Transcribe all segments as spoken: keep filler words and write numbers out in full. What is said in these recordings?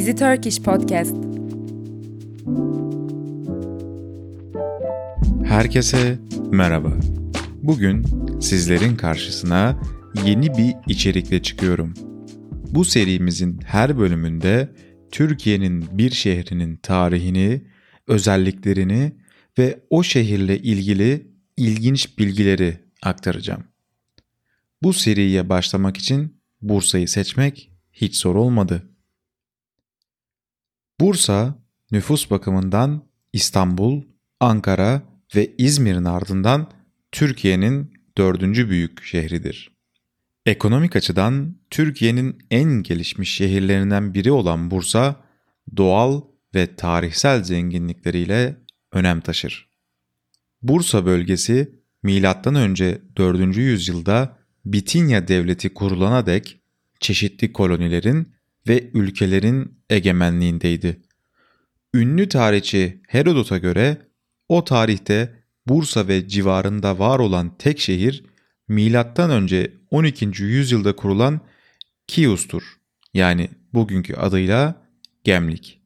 Easy Turkish Podcast. Herkese merhaba. Bugün sizlerin karşısına yeni bir içerikle çıkıyorum. Bu serimizin her bölümünde Türkiye'nin bir şehrinin tarihini, özelliklerini ve o şehirle ilgili ilginç bilgileri aktaracağım. Bu seriye başlamak için Bursa'yı seçmek hiç zor olmadı. Bursa, nüfus bakımından İstanbul, Ankara ve İzmir'in ardından Türkiye'nin dördüncü büyük şehridir. Ekonomik açıdan Türkiye'nin en gelişmiş şehirlerinden biri olan Bursa, doğal ve tarihsel zenginlikleriyle önem taşır. Bursa bölgesi, milattan önce dördüncü yüzyılda Bitinya Devleti kurulana dek çeşitli kolonilerin ve ülkelerin egemenliğindeydi. Ünlü tarihçi Herodot'a göre o tarihte Bursa ve civarında var olan tek şehir milattan önce on ikinci yüzyılda kurulan Kios'tur. Yani bugünkü adıyla Gemlik.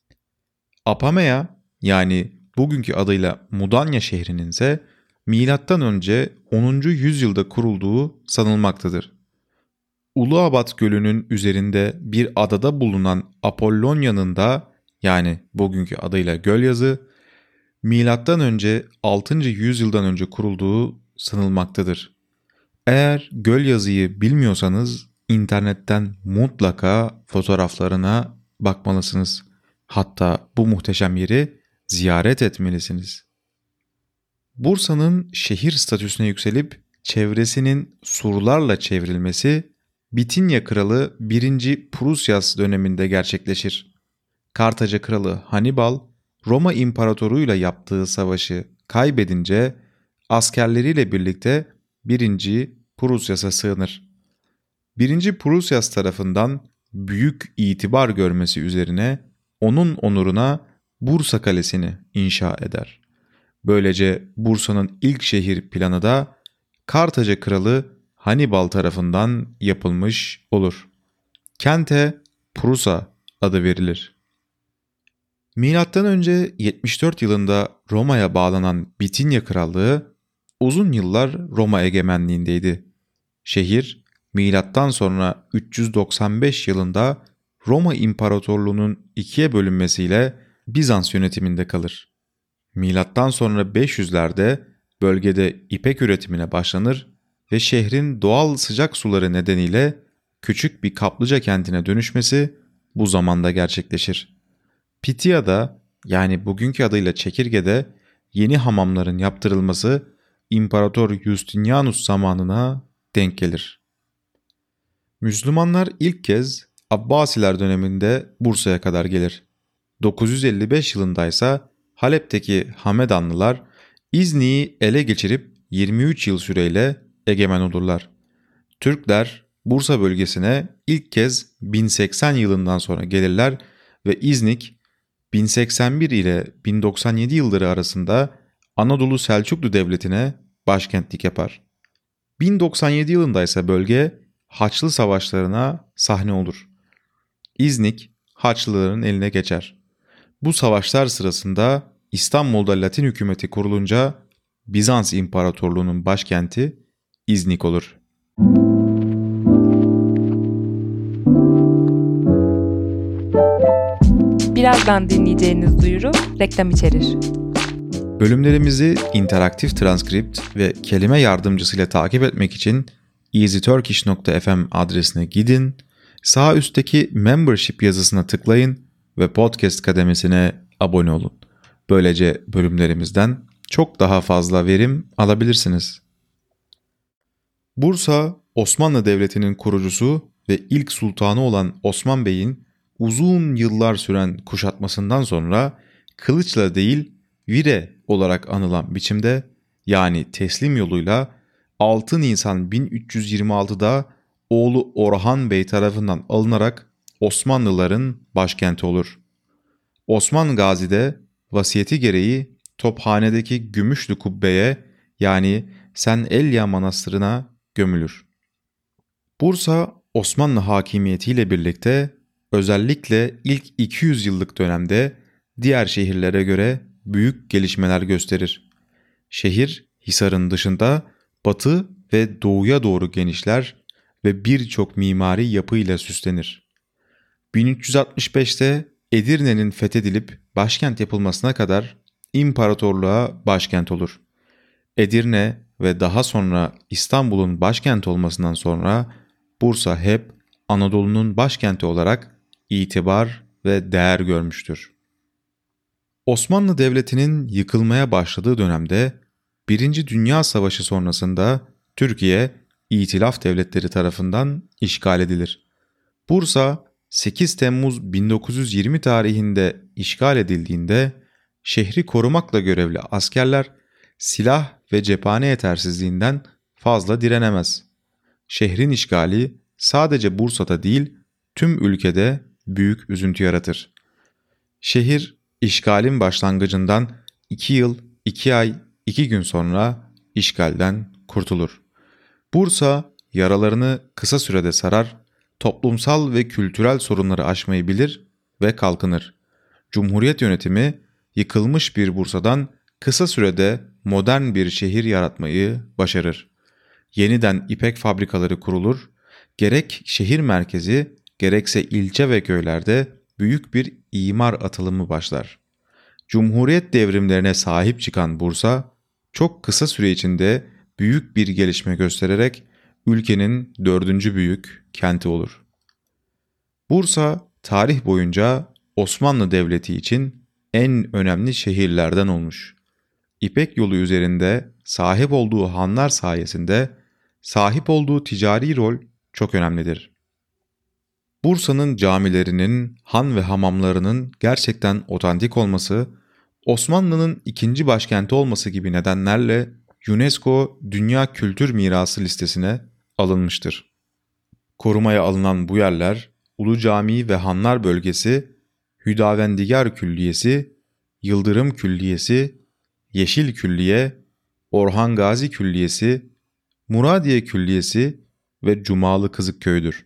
Apamea yani bugünkü adıyla Mudanya şehrinin ise milattan önce onuncu yüzyılda kurulduğu sanılmaktadır. Uluabat Gölü'nün üzerinde bir adada bulunan Apollonya'nın da yani bugünkü adıyla Gölyazı, milattan önce altıncı yüzyıldan önce kurulduğu sanılmaktadır. Eğer Gölyazı'yı bilmiyorsanız internetten mutlaka fotoğraflarına bakmalısınız. Hatta bu muhteşem yeri ziyaret etmelisiniz. Bursa'nın şehir statüsüne yükselip çevresinin surlarla çevrilmesi Bitinya Kralı birinci Prusyas döneminde gerçekleşir. Kartaca Kralı Hannibal, Roma İmparatoru'yla yaptığı savaşı kaybedince askerleriyle birlikte birinci Prusyas'a sığınır. birinci Prusyas tarafından büyük itibar görmesi üzerine onun onuruna Bursa Kalesi'ni inşa eder. Böylece Bursa'nın ilk şehir planı da Kartaca Kralı Hannibal tarafından yapılmış olur. Kente Prusa adı verilir. Milattan önce yetmiş dört yılında Roma'ya bağlanan Bitinya Krallığı uzun yıllar Roma egemenliğindeydi. Şehir milattan sonra üç yüz doksan beş yılında Roma İmparatorluğu'nun ikiye bölünmesiyle Bizans yönetiminde kalır. Milattan sonra beş yüzlerde bölgede ipek üretimine başlanır ve şehrin doğal sıcak suları nedeniyle küçük bir kaplıca kentine dönüşmesi bu zamanda gerçekleşir. Pitia'da yani bugünkü adıyla Çekirge'de yeni hamamların yaptırılması İmparator Justinianus zamanına denk gelir. Müslümanlar ilk kez Abbasiler döneminde Bursa'ya kadar gelir. dokuz yüz elli beş yılındaysa Halep'teki Hamedanlılar İznik'i ele geçirip yirmi üç yıl süreyle egemen olurlar. Türkler Bursa bölgesine ilk kez bin seksen yılından sonra gelirler ve İznik bin seksen bir ile bin doksan yedi yılları arasında Anadolu Selçuklu Devleti'ne başkentlik yapar. bin doksan yedi yılında ise bölge Haçlı Savaşlarına sahne olur. İznik Haçlıların eline geçer. Bu savaşlar sırasında İstanbul'da Latin hükümeti kurulunca Bizans İmparatorluğu'nun başkenti İznik olur. Birazdan dinleyeceğiniz duyuru reklam içerir. Bölümlerimizi interaktif transkript ve kelime yardımcısıyla takip etmek için easy turkish nokta f m adresine gidin, sağ üstteki membership yazısına tıklayın ve podcast kademesine abone olun. Böylece bölümlerimizden çok daha fazla verim alabilirsiniz. Bursa, Osmanlı Devleti'nin kurucusu ve ilk sultanı olan Osman Bey'in uzun yıllar süren kuşatmasından sonra kılıçla değil vire olarak anılan biçimde yani teslim yoluyla altı Nisan bin üç yüz yirmi altıda oğlu Orhan Bey tarafından alınarak Osmanlıların başkenti olur. Osman Gazi de vasiyeti gereği Tophane'deki Gümüşlü Kubbe'ye yani Senelya Manastırı'na gömülür. Bursa Osmanlı hakimiyetiyle birlikte özellikle ilk iki yüz yıllık dönemde diğer şehirlere göre büyük gelişmeler gösterir. Şehir Hisar'ın dışında batı ve doğuya doğru genişler ve birçok mimari yapıyla süslenir. bin üç yüz altmış beşte Edirne'nin fethedilip başkent yapılmasına kadar imparatorluğa başkent olur. Edirne ve daha sonra İstanbul'un başkent olmasından sonra Bursa hep Anadolu'nun başkenti olarak itibar ve değer görmüştür. Osmanlı Devleti'nin yıkılmaya başladığı dönemde Birinci Dünya Savaşı sonrasında Türkiye İtilaf Devletleri tarafından işgal edilir. Bursa sekiz Temmuz bin dokuz yüz yirmi tarihinde işgal edildiğinde şehri korumakla görevli askerler silah ve cephane yetersizliğinden fazla direnemez. Şehrin işgali sadece Bursa'da değil tüm ülkede büyük üzüntü yaratır. Şehir işgalin başlangıcından iki yıl, iki ay, iki gün sonra işgalden kurtulur. Bursa yaralarını kısa sürede sarar, toplumsal ve kültürel sorunları aşmayı bilir ve kalkınır. Cumhuriyet yönetimi yıkılmış bir Bursa'dan kısa sürede modern bir şehir yaratmayı başarır. Yeniden ipek fabrikaları kurulur, gerek şehir merkezi gerekse ilçe ve köylerde büyük bir imar atılımı başlar. Cumhuriyet devrimlerine sahip çıkan Bursa, çok kısa süre içinde büyük bir gelişme göstererek ülkenin dördüncü büyük kenti olur. Bursa, tarih boyunca Osmanlı Devleti için en önemli şehirlerden olmuş. İpek yolu üzerinde sahip olduğu hanlar sayesinde sahip olduğu ticari rol çok önemlidir. Bursa'nın camilerinin, han ve hamamlarının gerçekten otantik olması, Osmanlı'nın ikinci başkenti olması gibi nedenlerle UNESCO Dünya Kültür Mirası listesine alınmıştır. Korumaya alınan bu yerler, Ulu Camii ve Hanlar Bölgesi, Hüdavendigar Külliyesi, Yıldırım Külliyesi, Yeşil Külliye, Orhan Gazi Külliyesi, Muradiye Külliyesi ve Cumalı Kızıkköy'dür.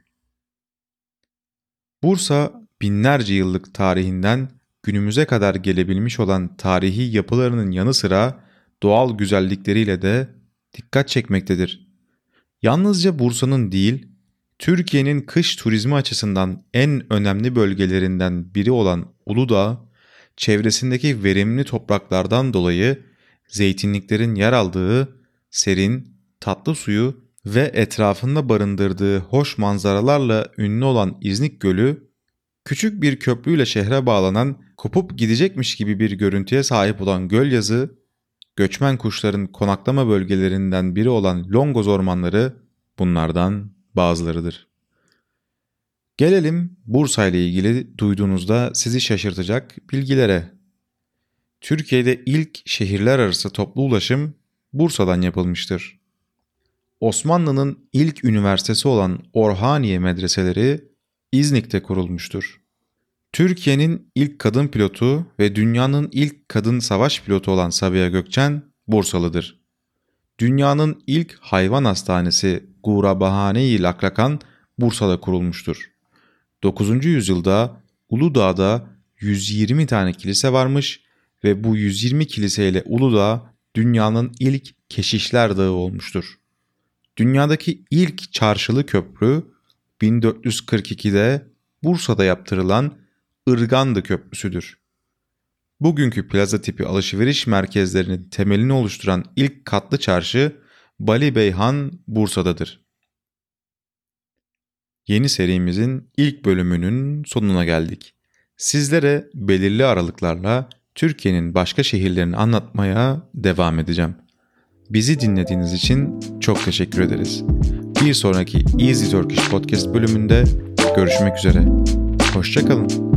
Bursa, binlerce yıllık tarihinden günümüze kadar gelebilmiş olan tarihi yapılarının yanı sıra doğal güzellikleriyle de dikkat çekmektedir. Yalnızca Bursa'nın değil, Türkiye'nin kış turizmi açısından en önemli bölgelerinden biri olan Uludağ, çevresindeki verimli topraklardan dolayı zeytinliklerin yer aldığı serin, tatlı suyu ve etrafında barındırdığı hoş manzaralarla ünlü olan İznik Gölü, küçük bir köprüyle şehre bağlanan, kopup gidecekmiş gibi bir görüntüye sahip olan Gölyazı, göçmen kuşların konaklama bölgelerinden biri olan Longoz ormanları bunlardan bazılarıdır. Gelelim Bursa ile ilgili duyduğunuzda sizi şaşırtacak bilgilere. Türkiye'de ilk şehirler arası toplu ulaşım Bursa'dan yapılmıştır. Osmanlı'nın ilk üniversitesi olan Orhaniye medreseleri İznik'te kurulmuştur. Türkiye'nin ilk kadın pilotu ve dünyanın ilk kadın savaş pilotu olan Sabiha Gökçen Bursalıdır. Dünyanın ilk hayvan hastanesi Gurabahane-i Lakrakan Bursa'da kurulmuştur. dokuzuncu yüzyılda Uludağ'da yüz yirmi tane kilise varmış ve bu yüz yirmi kiliseyle Uludağ dünyanın ilk keşişler dağı olmuştur. Dünyadaki ilk çarşılı köprü bin dört yüz kırk ikide Bursa'da yaptırılan Irgandı Köprüsü'dür. Bugünkü plaza tipi alışveriş merkezlerinin temelini oluşturan ilk katlı çarşı Bali Beyhan Bursa'dadır. Yeni serimizin ilk bölümünün sonuna geldik. Sizlere belirli aralıklarla Türkiye'nin başka şehirlerini anlatmaya devam edeceğim. Bizi dinlediğiniz için çok teşekkür ederiz. Bir sonraki Easy Turkish Podcast bölümünde görüşmek üzere. Hoşça kalın.